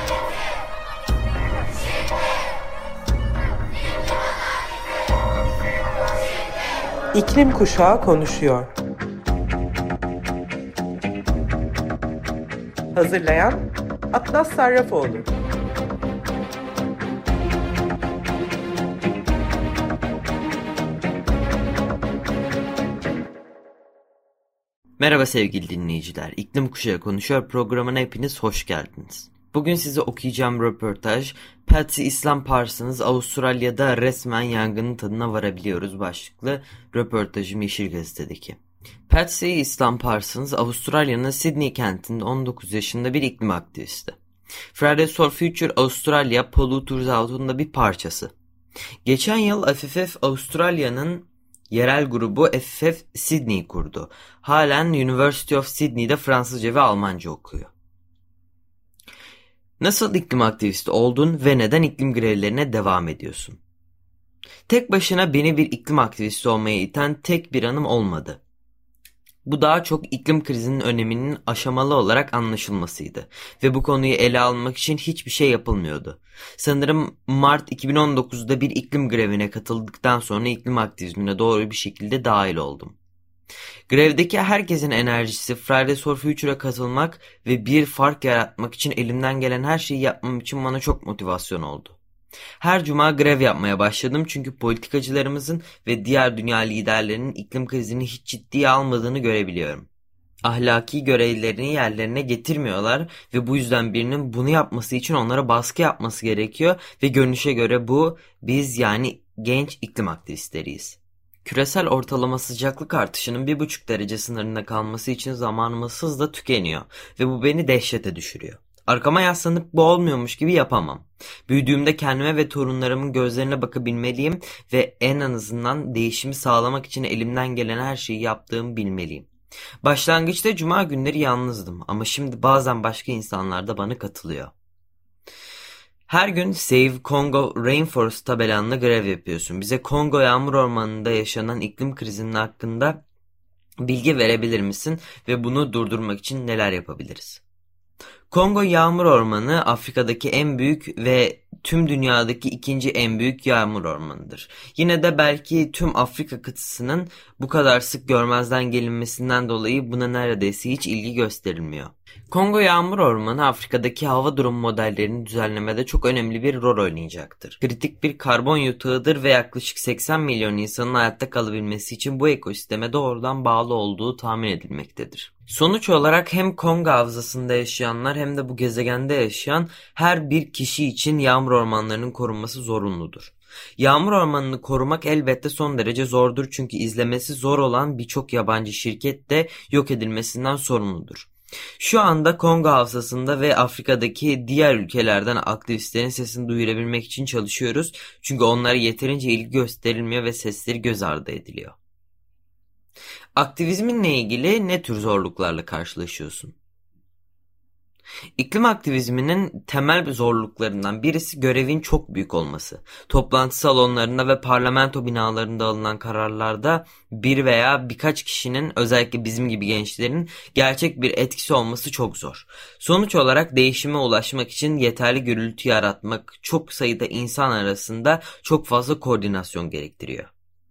İklim Kuşağı konuşuyor. Hazırlayan Atlas Sarrafoğlu. Merhaba sevgili dinleyiciler. İklim Kuşağı konuşuyor programına hepiniz hoş geldiniz. Bugün size okuyacağım röportaj Patsy Islam Parsons Avustralya'da resmen yangının tadına varabiliyoruz başlıklı röportajım Yeşil Gazete'deki. Patsy Islam Parsons Avustralya'nın Sydney kentinde 19 yaşında bir iklim aktivisti. Fridays for Future Australia Polluters Out'un da bir parçası. Geçen yıl FFF Avustralya'nın yerel grubu FFF Sydney kurdu. Halen University of Sydney'de Fransızca ve Almanca okuyor. Nasıl iklim aktivisti oldun ve neden iklim grevlerine devam ediyorsun? Tek başına beni bir iklim aktivisti olmaya iten tek bir anım olmadı. Bu daha çok iklim krizinin öneminin aşamalı olarak anlaşılmasıydı ve bu konuyu ele almak için hiçbir şey yapılmıyordu. Sanırım Mart 2019'da bir iklim grevine katıldıktan sonra iklim aktivizmine doğru bir şekilde dahil oldum. Grevdeki herkesin enerjisi Fridays for Future'a katılmak ve bir fark yaratmak için elimden gelen her şeyi yapmam için bana çok motivasyon oldu. Her cuma grev yapmaya başladım çünkü politikacılarımızın ve diğer dünya liderlerinin iklim krizini hiç ciddiye almadığını görebiliyorum. Ahlaki görevlerini yerlerine getirmiyorlar ve bu yüzden birinin bunu yapması için onlara baskı yapması gerekiyor ve görünüşe göre biz yani genç iklim aktivistleriyiz. Küresel ortalama sıcaklık artışının 1,5 derece sınırında kalması için zamanımız hızla tükeniyor ve bu beni dehşete düşürüyor. Arkama yaslanıp bu olmuyormuş gibi yapamam. Büyüdüğümde kendime ve torunlarımın gözlerine bakabilmeliyim ve en azından değişimi sağlamak için elimden gelen her şeyi yaptığımı bilmeliyim. Başlangıçta cuma günleri yalnızdım ama şimdi bazen başka insanlar da bana katılıyor. Her gün Save Congo Rainforest tabelanla grev yapıyorsun. Bize Kongo yağmur ormanında yaşanan iklim krizinin hakkında bilgi verebilir misin ve bunu durdurmak için neler yapabiliriz? Kongo yağmur ormanı Afrika'daki en büyük ve tüm dünyadaki ikinci en büyük yağmur ormanıdır. Yine de belki tüm Afrika kıtasının bu kadar sık görmezden gelinmesinden dolayı buna neredeyse hiç ilgi gösterilmiyor. Kongo yağmur ormanı Afrika'daki hava durum modellerini düzenlemede çok önemli bir rol oynayacaktır. Kritik bir karbon yutağıdır ve yaklaşık 80 milyon insanın hayatta kalabilmesi için bu ekosisteme doğrudan bağlı olduğu tahmin edilmektedir. Sonuç olarak hem Kongo havzasında yaşayanlar hem de bu gezegende yaşayan her bir kişi için yağmur ormanlarının korunması zorunludur. Yağmur ormanını korumak elbette son derece zordur çünkü izlemesi zor olan birçok yabancı şirket de yok edilmesinden sorumludur. Şu anda Kongo havzasında ve Afrika'daki diğer ülkelerden aktivistlerin sesini duyurabilmek için çalışıyoruz çünkü onlara yeterince ilgi gösterilmiyor ve sesleri göz ardı ediliyor. Aktivizminle ilgili ne tür zorluklarla karşılaşıyorsun? İklim aktivizminin temel zorluklarından birisi görevin çok büyük olması. Toplantı salonlarında ve parlamento binalarında alınan kararlarda bir veya birkaç kişinin, özellikle bizim gibi gençlerin gerçek bir etkisi olması çok zor. Sonuç olarak değişime ulaşmak için yeterli gürültü yaratmak çok sayıda insan arasında çok fazla koordinasyon gerektiriyor.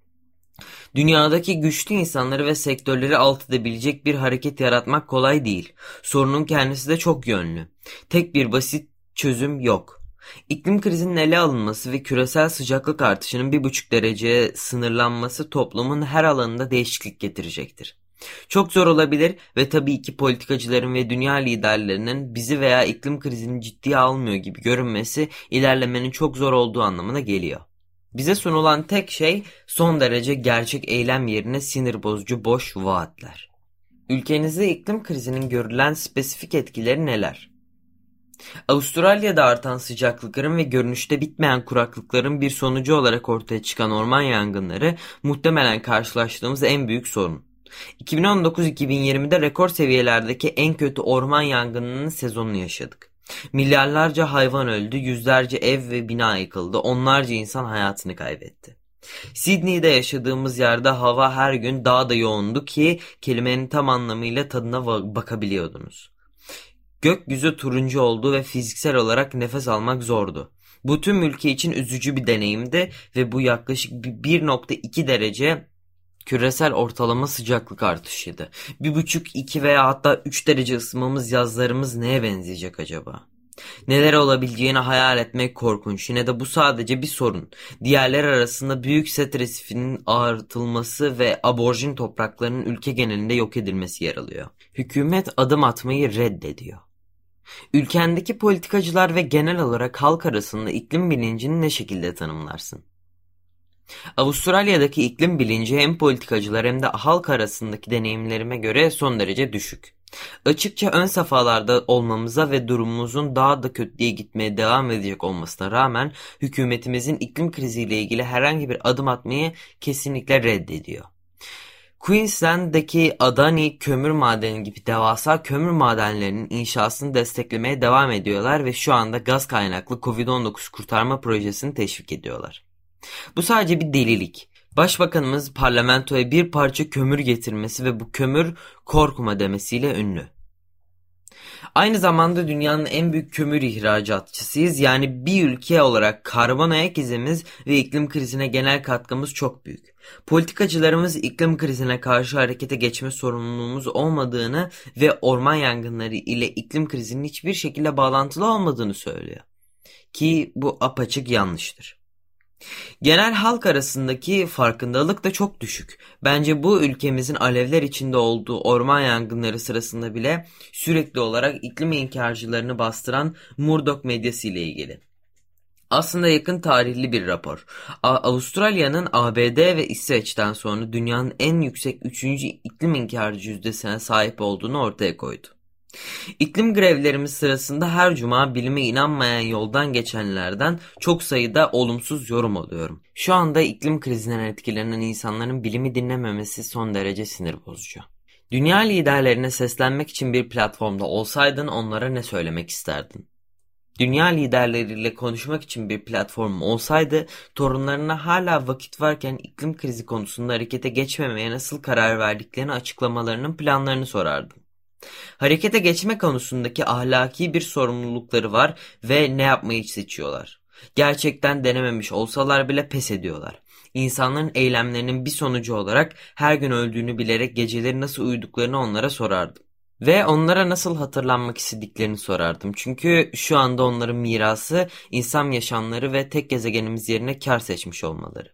Dünyadaki güçlü insanları ve sektörleri alt edebilecek bir hareket yaratmak kolay değil. Sorunun kendisi de çok yönlü. Tek bir basit çözüm yok. İklim krizinin ele alınması ve küresel sıcaklık artışının 1,5 dereceye sınırlanması toplumun her alanında değişiklik getirecektir. Çok zor olabilir ve tabii ki politikacıların ve dünya liderlerinin bizi veya iklim krizini ciddiye almıyor gibi görünmesi ilerlemenin çok zor olduğu anlamına geliyor. Bize sunulan tek şey son derece gerçek eylem yerine sinir bozucu boş vaatler. Ülkenizde iklim krizinin görülen spesifik etkileri neler? Avustralya'da artan sıcaklıkların ve görünüşte bitmeyen kuraklıkların bir sonucu olarak ortaya çıkan orman yangınları muhtemelen karşılaştığımız en büyük sorun. 2019-2020'de rekor seviyelerdeki en kötü orman yangınının sezonunu yaşadık. Milyarlarca hayvan öldü, yüzlerce ev ve bina yıkıldı, onlarca insan hayatını kaybetti. Sydney'de yaşadığımız yerde hava her gün daha da yoğundu ki kelimenin tam anlamıyla tadına bakabiliyordunuz. Gökyüzü turuncu oldu ve fiziksel olarak nefes almak zordu. Bu tüm ülke için üzücü bir deneyimdi ve bu yaklaşık 1,2 derece küresel ortalama sıcaklık artışıydı. 1,5, 2 veya hatta 3 derece ısınmamız yazlarımız neye benzeyecek acaba? Neler olabileceğini hayal etmek korkunç. Yine de bu sadece bir sorun. Diğerler arasında büyük set resifinin ağırtılması ve aborjin topraklarının ülke genelinde yok edilmesi yer alıyor. Hükümet adım atmayı reddediyor. Ülkendeki politikacılar ve genel olarak halk arasında iklim bilincini ne şekilde tanımlarsın? Avustralya'daki iklim bilinci hem politikacılar hem de halk arasındaki deneyimlerime göre son derece düşük. Açıkça ön safhalarda olmamıza ve durumumuzun daha da kötüye gitmeye devam edecek olmasına rağmen hükümetimizin iklim kriziyle ilgili herhangi bir adım atmayı kesinlikle reddediyor. Queensland'daki Adani kömür madeni gibi devasa kömür madenlerinin inşasını desteklemeye devam ediyorlar ve şu anda gaz kaynaklı Covid-19 kurtarma projesini teşvik ediyorlar. Bu sadece bir delilik. Başbakanımız parlamentoya bir parça kömür getirmesi ve bu kömür korkma demesiyle ünlü. Aynı zamanda dünyanın en büyük kömür ihracatçısıyız. Yani bir ülke olarak karbon ayak izimiz ve iklim krizine genel katkımız çok büyük. Politikacılarımız iklim krizine karşı harekete geçme sorumluluğumuz olmadığını ve orman yangınları ile iklim krizinin hiçbir şekilde bağlantılı olmadığını söylüyor. Ki bu apaçık yanlıştır. Genel halk arasındaki farkındalık da çok düşük. Bence bu ülkemizin alevler içinde olduğu orman yangınları sırasında bile sürekli olarak iklim inkarcılarını bastıran Murdoch medyası ile ilgili. Aslında yakın tarihli bir rapor. Avustralya'nın ABD ve İsveç'ten sonra dünyanın en yüksek 3. iklim inkarcı yüzdesine sahip olduğunu ortaya koydu. İklim grevlerimiz sırasında her cuma bilime inanmayan yoldan geçenlerden çok sayıda olumsuz yorum alıyorum. Şu anda iklim krizinden etkilenen insanların bilimi dinlememesi son derece sinir bozucu. Dünya liderlerine seslenmek için bir platformda olsaydın onlara ne söylemek isterdin? Dünya liderleriyle konuşmak için bir platform olsaydı torunlarına hala vakit varken iklim krizi konusunda harekete geçmemeye nasıl karar verdiklerini açıklamalarının planlarını sorardım. Harekete geçme konusundaki ahlaki bir sorumlulukları var ve ne yapmayı seçiyorlar. Gerçekten denememiş olsalar bile pes ediyorlar. İnsanların eylemlerinin bir sonucu olarak her gün öldüğünü bilerek geceleri nasıl uyuduklarını onlara sorardım. Ve onlara nasıl hatırlanmak istediklerini sorardım. Çünkü şu anda onların mirası insan yaşamları ve tek gezegenimiz yerine kar seçmiş olmaları.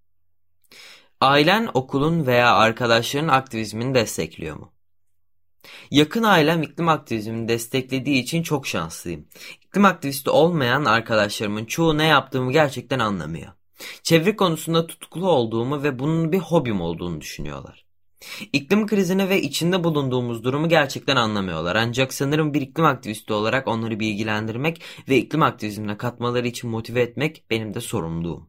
Ailen, okulun veya arkadaşların aktivizmini destekliyor mu? Yakın ailem iklim aktivizmini desteklediği için çok şanslıyım. İklim aktivisti olmayan arkadaşlarımın çoğu ne yaptığımı gerçekten anlamıyor. Çevre konusunda tutkulu olduğumu ve bunun bir hobim olduğunu düşünüyorlar. İklim krizini ve içinde bulunduğumuz durumu gerçekten anlamıyorlar. Ancak sanırım bir iklim aktivisti olarak onları bilgilendirmek ve iklim aktivizmine katmaları için motive etmek benim de sorumluluğum.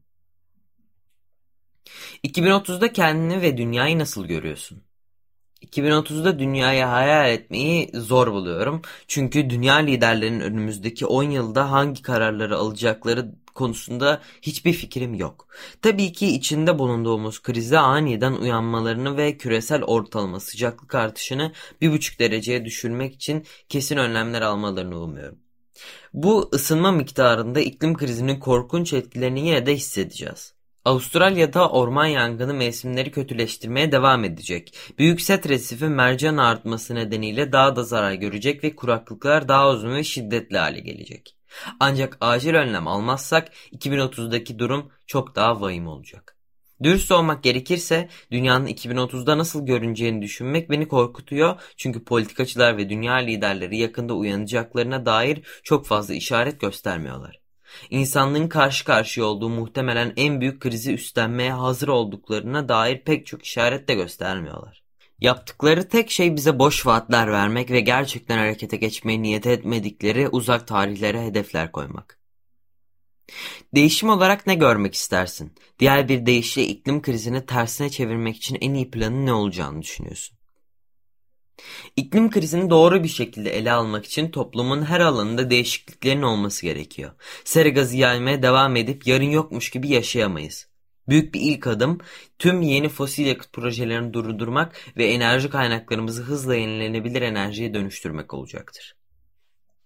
2030'da kendini ve dünyayı nasıl görüyorsun? 2030'da dünyayı hayal etmeyi zor buluyorum. Çünkü dünya liderlerinin önümüzdeki 10 yılda hangi kararları alacakları konusunda hiçbir fikrim yok. Tabii ki içinde bulunduğumuz krize aniden uyanmalarını ve küresel ortalama sıcaklık artışını 1,5 dereceye düşürmek için kesin önlemler almalarını umuyorum. Bu ısınma miktarında iklim krizinin korkunç etkilerini yine de hissedeceğiz. Avustralya'da orman yangını mevsimleri kötüleştirmeye devam edecek. Büyük set resifi mercan artması nedeniyle daha da zarar görecek ve kuraklıklar daha uzun ve şiddetli hale gelecek. Ancak acil önlem almazsak 2030'daki durum çok daha vahim olacak. Dürüst olmak gerekirse dünyanın 2030'da nasıl görüneceğini düşünmek beni korkutuyor. Çünkü politikacılar ve dünya liderleri yakında uyanacaklarına dair çok fazla işaret göstermiyorlar. İnsanlığın karşı karşıya olduğu muhtemelen en büyük krizi üstlenmeye hazır olduklarına dair pek çok işaret de göstermiyorlar. Yaptıkları tek şey bize boş vaatler vermek ve gerçekten harekete geçmeyi niyet etmedikleri uzak tarihlere hedefler koymak. Değişim olarak ne görmek istersin? Diğer bir deyişle iklim krizini tersine çevirmek için en iyi planın ne olacağını düşünüyorsun? İklim krizini doğru bir şekilde ele almak için toplumun her alanında değişikliklerin olması gerekiyor. Sera gazı yaymaya devam edip yarın yokmuş gibi yaşayamayız. Büyük bir ilk adım tüm yeni fosil yakıt projelerini durdurmak ve enerji kaynaklarımızı hızla yenilenebilir enerjiye dönüştürmek olacaktır.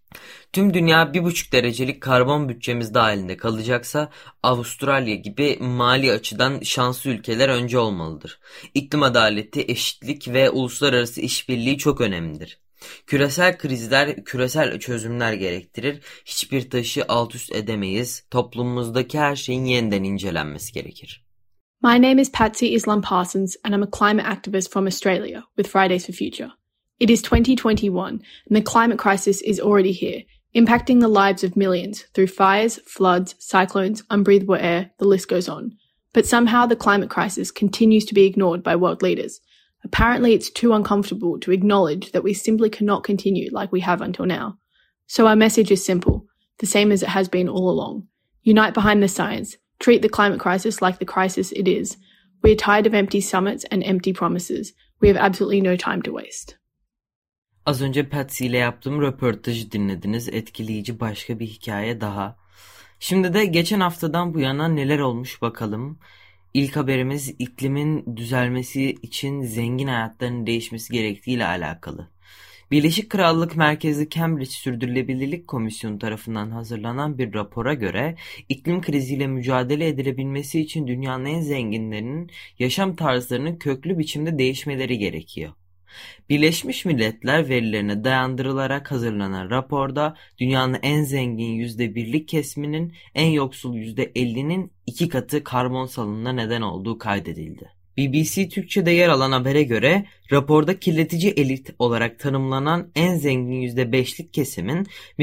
Tüm dünya 1,5 derecelik karbon bütçemiz dahilinde kalacaksa Avustralya gibi mali açıdan şanslı ülkeler önce olmalıdır. İklim adaleti, eşitlik ve uluslararası işbirliği çok önemlidir. Küresel krizler küresel çözümler gerektirir. Hiçbir taşı alt üst edemeyiz. Toplumumuzdaki her şeyin yeniden incelenmesi gerekir. My name is Patsy Islam Parsons and I'm a climate activist from Australia with Fridays for Future. It is 2021 and the climate crisis is already here, impacting the lives of millions through fires, floods, cyclones, unbreathable air, the list goes on. But somehow the climate crisis continues to be ignored by world leaders. Apparently it's too uncomfortable to acknowledge that we simply cannot continue like we have until now. So our message is simple, the same as it has been all along. Unite behind the science. Treat the climate crisis like the crisis it is. We are tired of empty summits and empty promises. We have absolutely no time to waste. Az önce Patsy ile yaptığım röportajı dinlediniz. Etkileyici başka bir hikaye daha. Şimdi de geçen haftadan bu yana neler olmuş bakalım. İlk haberimiz iklimin düzelmesi için zengin hayatların değişmesi gerektiği ile alakalı. Birleşik Krallık merkezli Cambridge Sürdürülebilirlik Komisyonu tarafından hazırlanan bir rapora göre iklim kriziyle mücadele edilebilmesi için dünyanın en zenginlerinin yaşam tarzlarının köklü biçimde değişmeleri gerekiyor. Birleşmiş Milletler verilerine dayandırılarak hazırlanan raporda dünyanın en zengin %1'lik kesiminin en yoksul %50'nin 2 katı karbon salınımına neden olduğu kaydedildi. BBC Türkçe'de yer alan habere göre raporda kirletici elit olarak tanımlanan en zengin %5'lik kesimin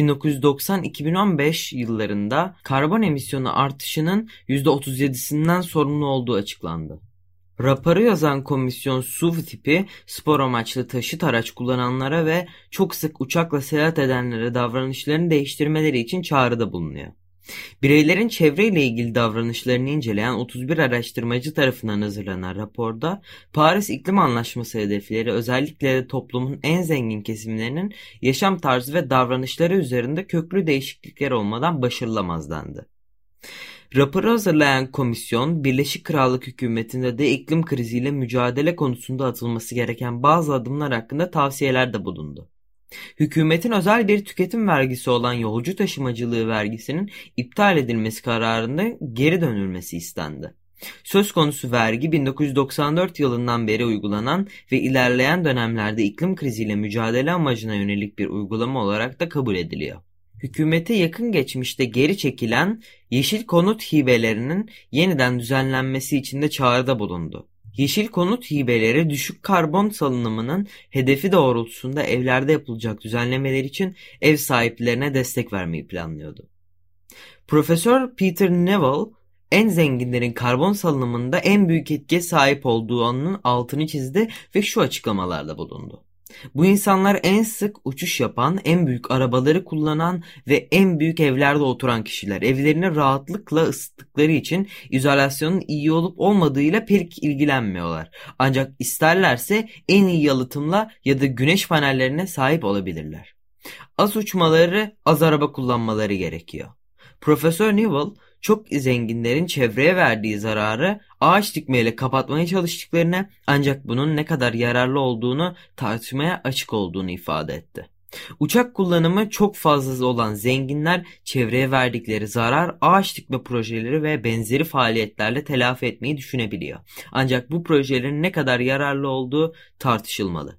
1990-2015 yıllarında karbon emisyonu artışının %37'sinden sorumlu olduğu açıklandı. Raporu yazan komisyon SUV tipi spor amaçlı taşıt araç kullananlara ve çok sık uçakla seyahat edenlere davranışlarını değiştirmeleri için çağrıda bulunuyor. Bireylerin çevreyle ilgili davranışlarını inceleyen 31 araştırmacı tarafından hazırlanan raporda Paris İklim Anlaşması hedefleri özellikle de toplumun en zengin kesimlerinin yaşam tarzı ve davranışları üzerinde köklü değişiklikler olmadan başarılamaz dendi. Raporu hazırlayan komisyon, Birleşik Krallık hükümetinde de iklim kriziyle mücadele konusunda atılması gereken bazı adımlar hakkında tavsiyelerde bulundu. Hükümetin özel bir tüketim vergisi olan yolcu taşımacılığı vergisinin iptal edilmesi kararında geri dönülmesi istendi. Söz konusu vergi 1994 yılından beri uygulanan ve ilerleyen dönemlerde iklim kriziyle mücadele amacına yönelik bir uygulama olarak da kabul ediliyor. Hükümete yakın geçmişte geri çekilen yeşil konut hibelerinin yeniden düzenlenmesi için de çağrıda bulundu. Yeşil konut hibeleri düşük karbon salınımının hedefi doğrultusunda evlerde yapılacak düzenlemeler için ev sahiplerine destek vermeyi planlıyordu. Profesör Peter Neville, en zenginlerin karbon salınımında en büyük etkiye sahip olduğunun altını çizdi ve şu açıklamalarla bulundu. Bu insanlar en sık uçuş yapan, en büyük arabaları kullanan ve en büyük evlerde oturan kişiler. Evlerini rahatlıkla ısıttıkları için izolasyonun iyi olup olmadığıyla pek ilgilenmiyorlar. Ancak isterlerse en iyi yalıtımla ya da güneş panellerine sahip olabilirler. Az uçmaları, az araba kullanmaları gerekiyor. Profesör Neville, çok zenginlerin çevreye verdiği zararı ağaç dikmeyle kapatmaya çalıştıklarını ancak bunun ne kadar yararlı olduğunu tartışmaya açık olduğunu ifade etti. Uçak kullanımı çok fazla olan zenginler çevreye verdikleri zarar ağaç dikme projeleri ve benzeri faaliyetlerle telafi etmeyi düşünebiliyor. Ancak bu projelerin ne kadar yararlı olduğu tartışılmalı.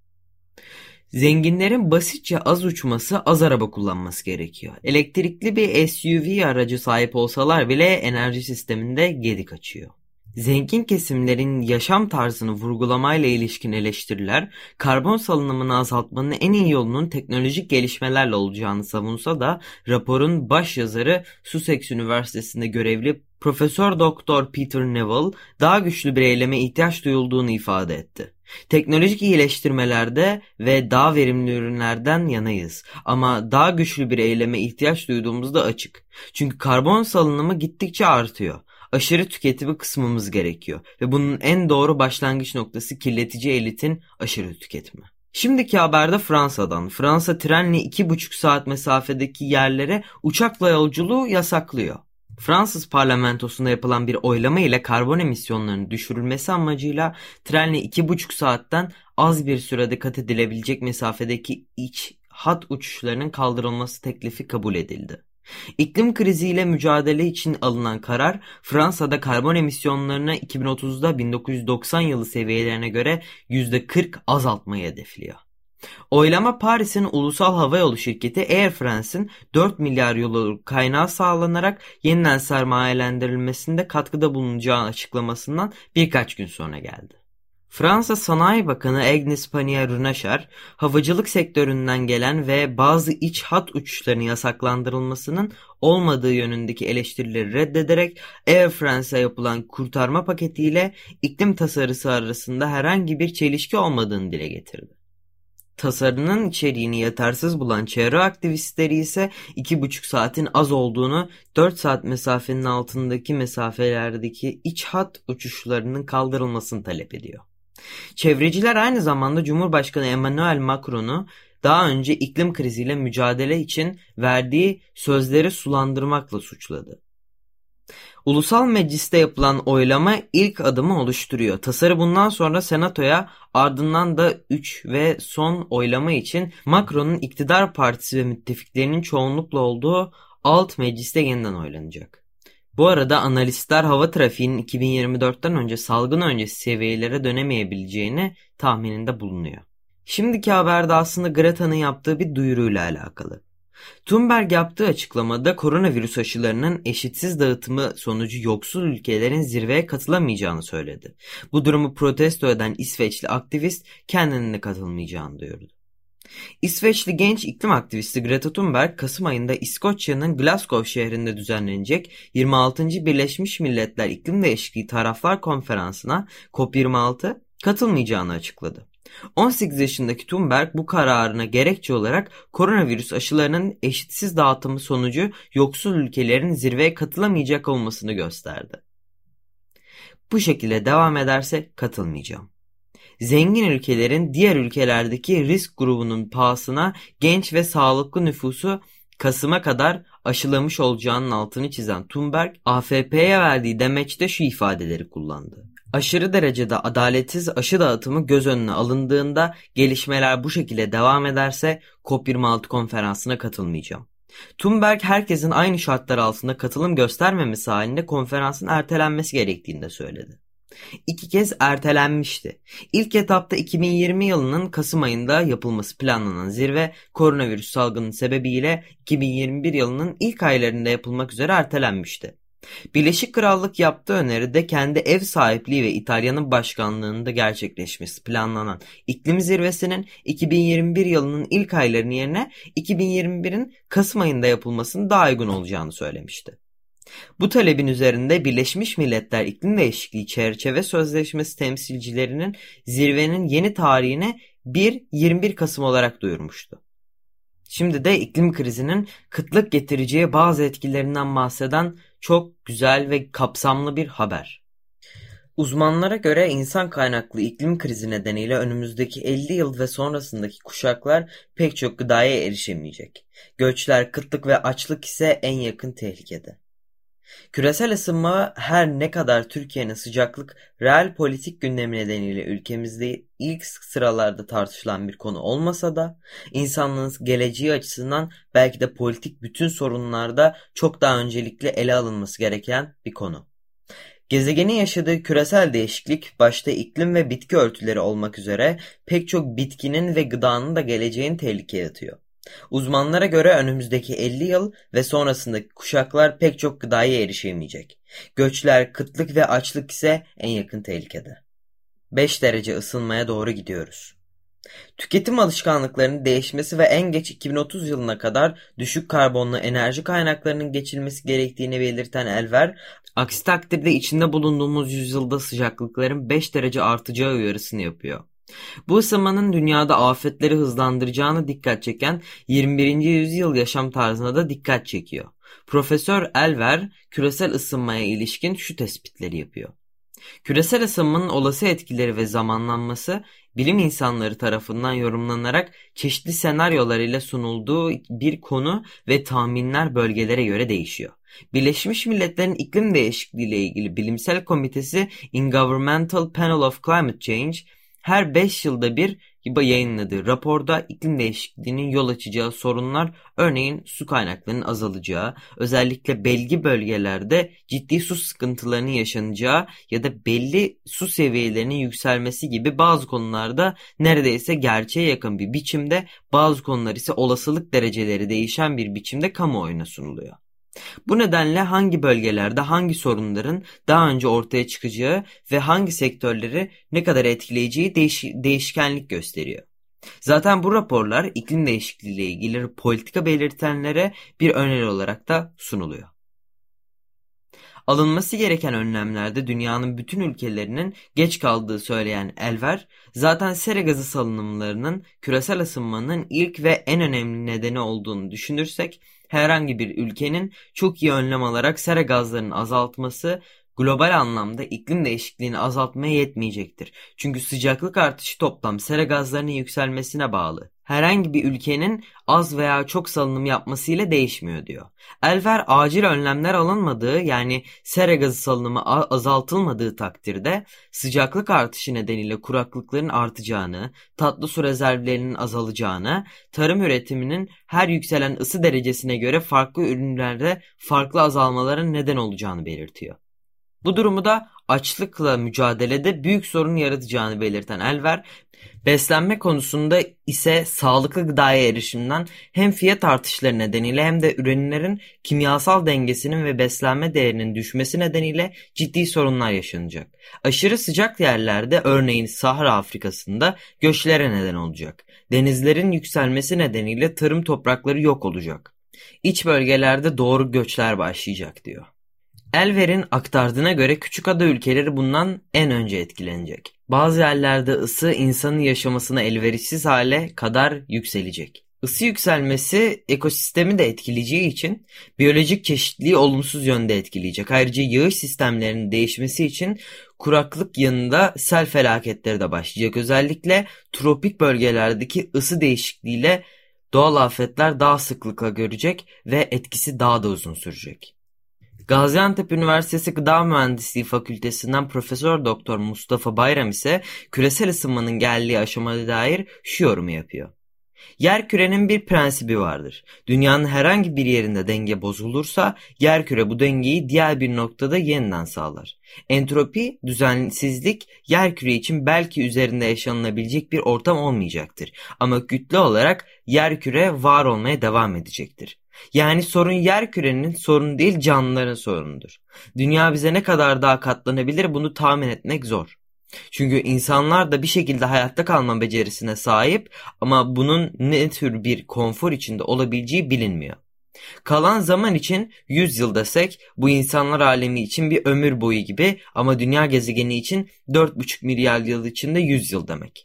Zenginlerin basitçe az uçması, az araba kullanması gerekiyor. Elektrikli bir SUV aracı sahip olsalar bile enerji sisteminde gedik açıyor. Zengin kesimlerin yaşam tarzını vurgulamayla ilişkin eleştiriler, karbon salınımını azaltmanın en iyi yolunun teknolojik gelişmelerle olacağını savunsa da raporun başyazarı Sussex Üniversitesi'nde görevli Profesör Doktor Peter Neville daha güçlü bir eyleme ihtiyaç duyulduğunu ifade etti. Teknolojik iyileştirmelerde ve daha verimli ürünlerden yanayız ama daha güçlü bir eyleme ihtiyaç duyduğumuzda açık. Çünkü karbon salınımı gittikçe artıyor. Aşırı tüketimi kısmamız gerekiyor ve bunun en doğru başlangıç noktası kirletici elitin aşırı tüketimi. Şimdiki haberde Fransa'dan. Fransa trenle 2,5 saat mesafedeki yerlere uçakla yolculuğu yasaklıyor. Fransız parlamentosunda yapılan bir oylama ile karbon emisyonlarının düşürülmesi amacıyla trenle 2,5 saatten az bir sürede kat edilebilecek mesafedeki iç hat uçuşlarının kaldırılması teklifi kabul edildi. İklim kriziyle mücadele için alınan karar, Fransa'da karbon emisyonlarını 2030'da 1990 yılı seviyelerine göre %40 azaltmayı hedefliyor. Oylama Paris'in ulusal havayolu şirketi Air France'in 4 milyar euroluk kaynağı sağlanarak yeniden sermayelendirilmesinde katkıda bulunacağı açıklamasından birkaç gün sonra geldi. Fransa Sanayi Bakanı Agnès Pannier-Runacher, havacılık sektöründen gelen ve bazı iç hat uçuşlarının yasaklandırılmasının olmadığı yönündeki eleştirileri reddederek Air France'a yapılan kurtarma paketiyle iklim tasarısı arasında herhangi bir çelişki olmadığını dile getirdi. Tasarının içeriğini yetersiz bulan çevre aktivistleri ise 2,5 saatin az olduğunu, 4 saat mesafenin altındaki mesafelerdeki iç hat uçuşlarının kaldırılmasını talep ediyor. Çevreciler aynı zamanda Cumhurbaşkanı Emmanuel Macron'u daha önce iklim kriziyle mücadele için verdiği sözleri sulandırmakla suçladı. Ulusal Meclis'te yapılan oylama ilk adımı oluşturuyor. Tasarı bundan sonra Senato'ya, ardından da 3 ve son oylama için Macron'un iktidar partisi ve müttefiklerinin çoğunlukla olduğu alt mecliste yeniden oylanacak. Bu arada analistler hava trafiğinin 2024'ten önce salgın öncesi seviyelere dönemeyebileceğini tahmininde bulunuyor. Şimdiki haberde aslında Greta'nın yaptığı bir duyuruyla alakalı. Thunberg yaptığı açıklamada koronavirüs aşılarının eşitsiz dağıtımı sonucu yoksul ülkelerin zirveye katılamayacağını söyledi. Bu durumu protesto eden İsveçli aktivist kendinin de katılmayacağını duyurdu. İsveçli genç iklim aktivisti Greta Thunberg, Kasım ayında İskoçya'nın Glasgow şehrinde düzenlenecek 26. Birleşmiş Milletler İklim Değişikliği Taraflar Konferansı'na COP26 katılmayacağını açıkladı. 18 yaşındaki Thunberg bu kararına gerekçe olarak koronavirüs aşılarının eşitsiz dağıtımı sonucu yoksul ülkelerin zirveye katılamayacak olmasını gösterdi. Bu şekilde devam ederse katılmayacağım. Zengin ülkelerin diğer ülkelerdeki risk grubunun pahasına genç ve sağlıklı nüfusu Kasım'a kadar aşılamış olacağının altını çizen Thunberg, AFP'ye verdiği demeçte şu ifadeleri kullandı. Aşırı derecede adaletsiz aşı dağıtımı göz önüne alındığında gelişmeler bu şekilde devam ederse COP26 konferansına katılmayacağım. Thunberg herkesin aynı şartlar altında katılım göstermemesi halinde konferansın ertelenmesi gerektiğini de söyledi. 2 kez ertelenmişti. İlk etapta 2020 yılının Kasım ayında yapılması planlanan zirve koronavirüs salgının sebebiyle 2021 yılının ilk aylarında yapılmak üzere ertelenmişti. Birleşik Krallık yaptığı öneride kendi ev sahipliği ve İtalya'nın başkanlığında gerçekleşmesi planlanan iklim zirvesinin 2021 yılının ilk aylarının yerine 2021'in Kasım ayında yapılmasının daha uygun olacağını söylemişti. Bu talebin üzerinde Birleşmiş Milletler İklim Değişikliği Çerçeve Sözleşmesi temsilcilerinin zirvenin yeni tarihini 21 Kasım olarak duyurmuştu. Şimdi de iklim krizinin kıtlık getireceği bazı etkilerinden bahseden çok güzel ve kapsamlı bir haber. Uzmanlara göre insan kaynaklı iklim krizi nedeniyle önümüzdeki 50 yıl ve sonrasındaki kuşaklar pek çok gıdaya erişemeyecek. Göçler, kıtlık ve açlık ise en yakın tehlikede. Küresel ısınma her ne kadar Türkiye'nin sıcaklık reel politik gündemi nedeniyle ülkemizde ilk sıralarda tartışılan bir konu olmasa da insanlığın geleceği açısından belki de politik bütün sorunlarda çok daha öncelikli ele alınması gereken bir konu. Gezegenin yaşadığı küresel değişiklik başta iklim ve bitki örtüleri olmak üzere pek çok bitkinin ve gıdanın da geleceğini tehlikeye atıyor. Uzmanlara göre önümüzdeki 50 yıl ve sonrasındaki kuşaklar pek çok gıdaya erişemeyecek. Göçler, kıtlık ve açlık ise en yakın tehlikede. 5 derece ısınmaya doğru gidiyoruz. Tüketim alışkanlıklarının değişmesi ve en geç 2030 yılına kadar düşük karbonlu enerji kaynaklarının geçilmesi gerektiğini belirten Elver, aksi takdirde içinde bulunduğumuz yüzyılda sıcaklıkların 5 derece artacağı uyarısını yapıyor. Bu ısınmanın dünyada afetleri hızlandıracağını dikkat çeken 21. yüzyıl yaşam tarzına da dikkat çekiyor. Profesör Elver küresel ısınmaya ilişkin şu tespitleri yapıyor. Küresel ısınmanın olası etkileri ve zamanlanması bilim insanları tarafından yorumlanarak çeşitli senaryolar ile sunulduğu bir konu ve tahminler bölgelere göre değişiyor. Birleşmiş Milletler'in iklim değişikliği ile ilgili bilimsel komitesi Intergovernmental Panel of Climate Change her 5 yılda bir yayınladığı raporda iklim değişikliğinin yol açacağı sorunlar, örneğin su kaynaklarının azalacağı, özellikle belli bölgelerde ciddi su sıkıntılarının yaşanacağı ya da belli su seviyelerinin yükselmesi gibi bazı konularda neredeyse gerçeğe yakın bir biçimde, bazı konular ise olasılık dereceleri değişen bir biçimde kamuoyuna sunuluyor. Bu nedenle hangi bölgelerde hangi sorunların daha önce ortaya çıkacağı ve hangi sektörleri ne kadar etkileyeceği değişkenlik gösteriyor. Zaten bu raporlar iklim değişikliği ile ilgili politika belirtenlere bir öneri olarak da sunuluyor. Alınması gereken önlemlerde dünyanın bütün ülkelerinin geç kaldığı söyleyen Elver, zaten sera gazı salınımlarının küresel ısınmanın ilk ve en önemli nedeni olduğunu düşünürsek, herhangi bir ülkenin çok iyi önlem alarak sera gazlarının azaltması global anlamda iklim değişikliğini azaltmaya yetmeyecektir. Çünkü sıcaklık artışı toplam sera gazlarının yükselmesine bağlı. Herhangi bir ülkenin az veya çok salınım yapmasıyla değişmiyor diyor. Elver, acil önlemler alınmadığı, yani sera gazı salınımı azaltılmadığı takdirde sıcaklık artışı nedeniyle kuraklıkların artacağını, tatlı su rezervlerinin azalacağını, tarım üretiminin her yükselen ısı derecesine göre farklı ürünlerde farklı azalmaların neden olacağını belirtiyor. Bu durumu da açlıkla mücadelede büyük sorun yaratacağını belirten Elver, beslenme konusunda ise sağlıklı gıdaya erişimden hem fiyat artışları nedeniyle hem de ürünlerin kimyasal dengesinin ve beslenme değerinin düşmesi nedeniyle ciddi sorunlar yaşanacak. Aşırı sıcak yerlerde, örneğin Sahra Afrika'sında göçlere neden olacak. Denizlerin yükselmesi nedeniyle tarım toprakları yok olacak. İç bölgelerde doğru göçler başlayacak diyor. Elver'in aktardığına göre küçük ada ülkeleri bundan en önce etkilenecek. Bazı yerlerde ısı insanın yaşamasına elverişsiz hale kadar yükselecek. Isı yükselmesi ekosistemi de etkileyeceği için biyolojik çeşitliliği olumsuz yönde etkileyecek. Ayrıca yağış sistemlerinin değişmesi için kuraklık yanında sel felaketleri de başlayacak. Özellikle tropik bölgelerdeki ısı değişikliğiyle doğal afetler daha sıklıkla görecek ve etkisi daha da uzun sürecek. Gaziantep Üniversitesi Gıda Mühendisliği Fakültesinden Profesör Doktor Mustafa Bayram ise küresel ısınmanın geldiği aşamaya dair şu yorumu yapıyor. Yerkürenin bir prensibi vardır. Dünyanın herhangi bir yerinde denge bozulursa yerküre bu dengeyi diğer bir noktada yeniden sağlar. Entropi, düzensizlik yerküre için belki üzerinde yaşanılabilecek bir ortam olmayacaktır. Ama kütle olarak yerküre var olmaya devam edecektir. Yani sorun yerkürenin sorunu değil, canlıların sorunudur. Dünya bize ne kadar daha katlanabilir bunu tahmin etmek zor. Çünkü insanlar da bir şekilde hayatta kalma becerisine sahip ama bunun ne tür bir konfor içinde olabileceği bilinmiyor. Kalan zaman için 100 yıl desek bu insanlar alemi için bir ömür boyu gibi ama dünya gezegeni için 4,5 milyar yıl içinde 100 yıl demek.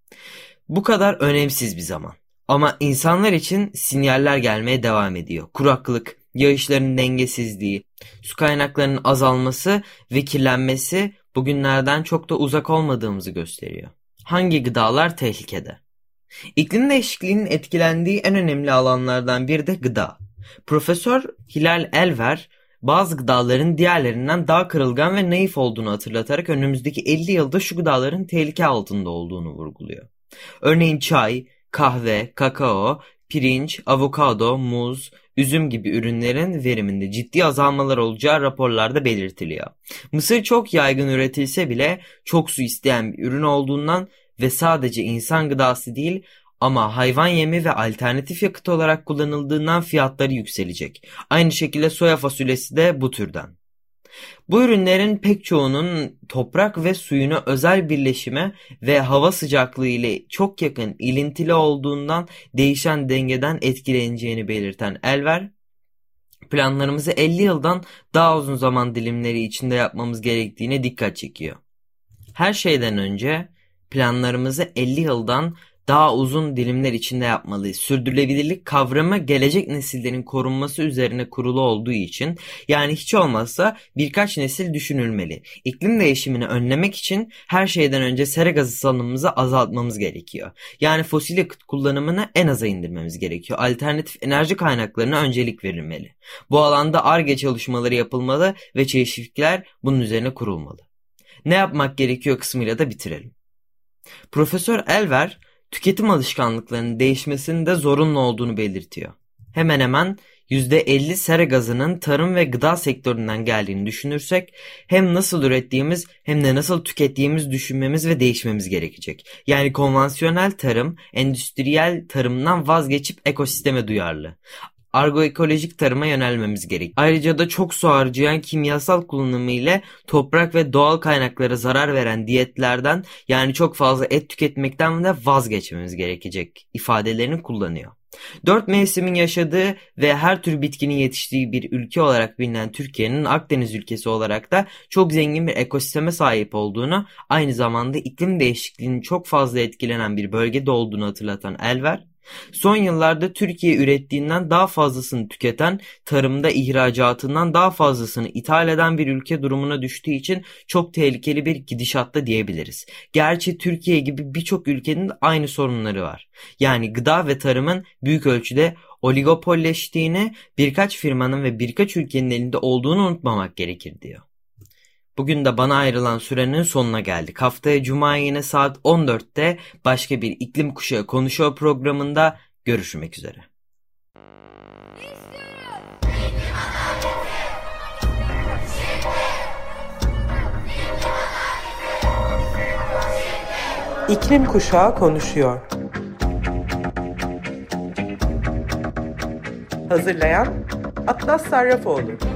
Bu kadar önemsiz bir zaman. Ama insanlar için sinyaller gelmeye devam ediyor. Kuraklık, yağışların dengesizliği, su kaynaklarının azalması ve kirlenmesi bugünlerden çok da uzak olmadığımızı gösteriyor. Hangi gıdalar tehlikede? İklim değişikliğinin etkilendiği en önemli alanlardan biri de gıda. Profesör Hilal Elver, bazı gıdaların diğerlerinden daha kırılgan ve naif olduğunu hatırlatarak önümüzdeki 50 yılda şu gıdaların tehlike altında olduğunu vurguluyor. Örneğin çay, kahve, kakao, pirinç, avokado, muz, üzüm gibi ürünlerin veriminde ciddi azalmalar olacağı raporlarda belirtiliyor. Mısır çok yaygın üretilse bile çok su isteyen bir ürün olduğundan ve sadece insan gıdası değil ama hayvan yemi ve alternatif yakıt olarak kullanıldığından fiyatları yükselecek. Aynı şekilde soya fasulyesi de bu türden. Bu ürünlerin pek çoğunun toprak ve suyuna özel birleşime ve hava sıcaklığı ile çok yakın ilintili olduğundan değişen dengeden etkileneceğini belirten Elver, planlarımızı 50 yıldan daha uzun zaman dilimleri içinde yapmamız gerektiğine dikkat çekiyor. Her şeyden önce planlarımızı 50 yıldan daha uzun dilimler içinde yapmalıyız. Sürdürülebilirlik kavramı gelecek nesillerin korunması üzerine kurulu olduğu için, yani hiç olmazsa birkaç nesil düşünülmeli. İklim değişimini önlemek için her şeyden önce sera gazı salınımımızı azaltmamız gerekiyor. Yani fosil yakıt kullanımını en aza indirmemiz gerekiyor. Alternatif enerji kaynaklarına öncelik verilmeli. Bu alanda Ar-Ge çalışmaları yapılmalı ve çeşitlilikler bunun üzerine kurulmalı. Ne yapmak gerekiyor kısmıyla da bitirelim. Profesör Elver, tüketim alışkanlıklarının değişmesinin de zorunlu olduğunu belirtiyor. Hemen hemen %50 sera gazının tarım ve gıda sektöründen geldiğini düşünürsek hem nasıl ürettiğimiz hem de nasıl tükettiğimiz düşünmemiz ve değişmemiz gerekecek. Yani konvansiyonel tarım, endüstriyel tarımdan vazgeçip ekosisteme duyarlı, agroekolojik tarıma yönelmemiz gerek. Ayrıca da çok su harcayan kimyasal kullanımı ile toprak ve doğal kaynaklara zarar veren diyetlerden, yani çok fazla et tüketmekten de vazgeçmemiz gerekecek ifadelerini kullanıyor. 4 mevsimin yaşadığı ve her tür bitkinin yetiştiği bir ülke olarak bilinen Türkiye'nin Akdeniz ülkesi olarak da çok zengin bir ekosisteme sahip olduğunu, aynı zamanda iklim değişikliğinin çok fazla etkilenen bir bölgede olduğunu hatırlatan Elver, son yıllarda Türkiye ürettiğinden daha fazlasını tüketen, tarımda ihracatından daha fazlasını ithal eden bir ülke durumuna düştüğü için çok tehlikeli bir gidişatta diyebiliriz. Gerçi Türkiye gibi birçok ülkenin de aynı sorunları var. Yani gıda ve tarımın büyük ölçüde oligopolleştiğini, birkaç firmanın ve birkaç ülkenin elinde olduğunu unutmamak gerekir diyor. Bugün de bana ayrılan sürenin sonuna geldik. Haftaya Cuma yine saat 14'te başka bir İklim Kuşağı Konuşuyor programında görüşmek üzere. İklim Kuşağı konuşuyor. Hazırlayan Atlas Sarrafoğlu.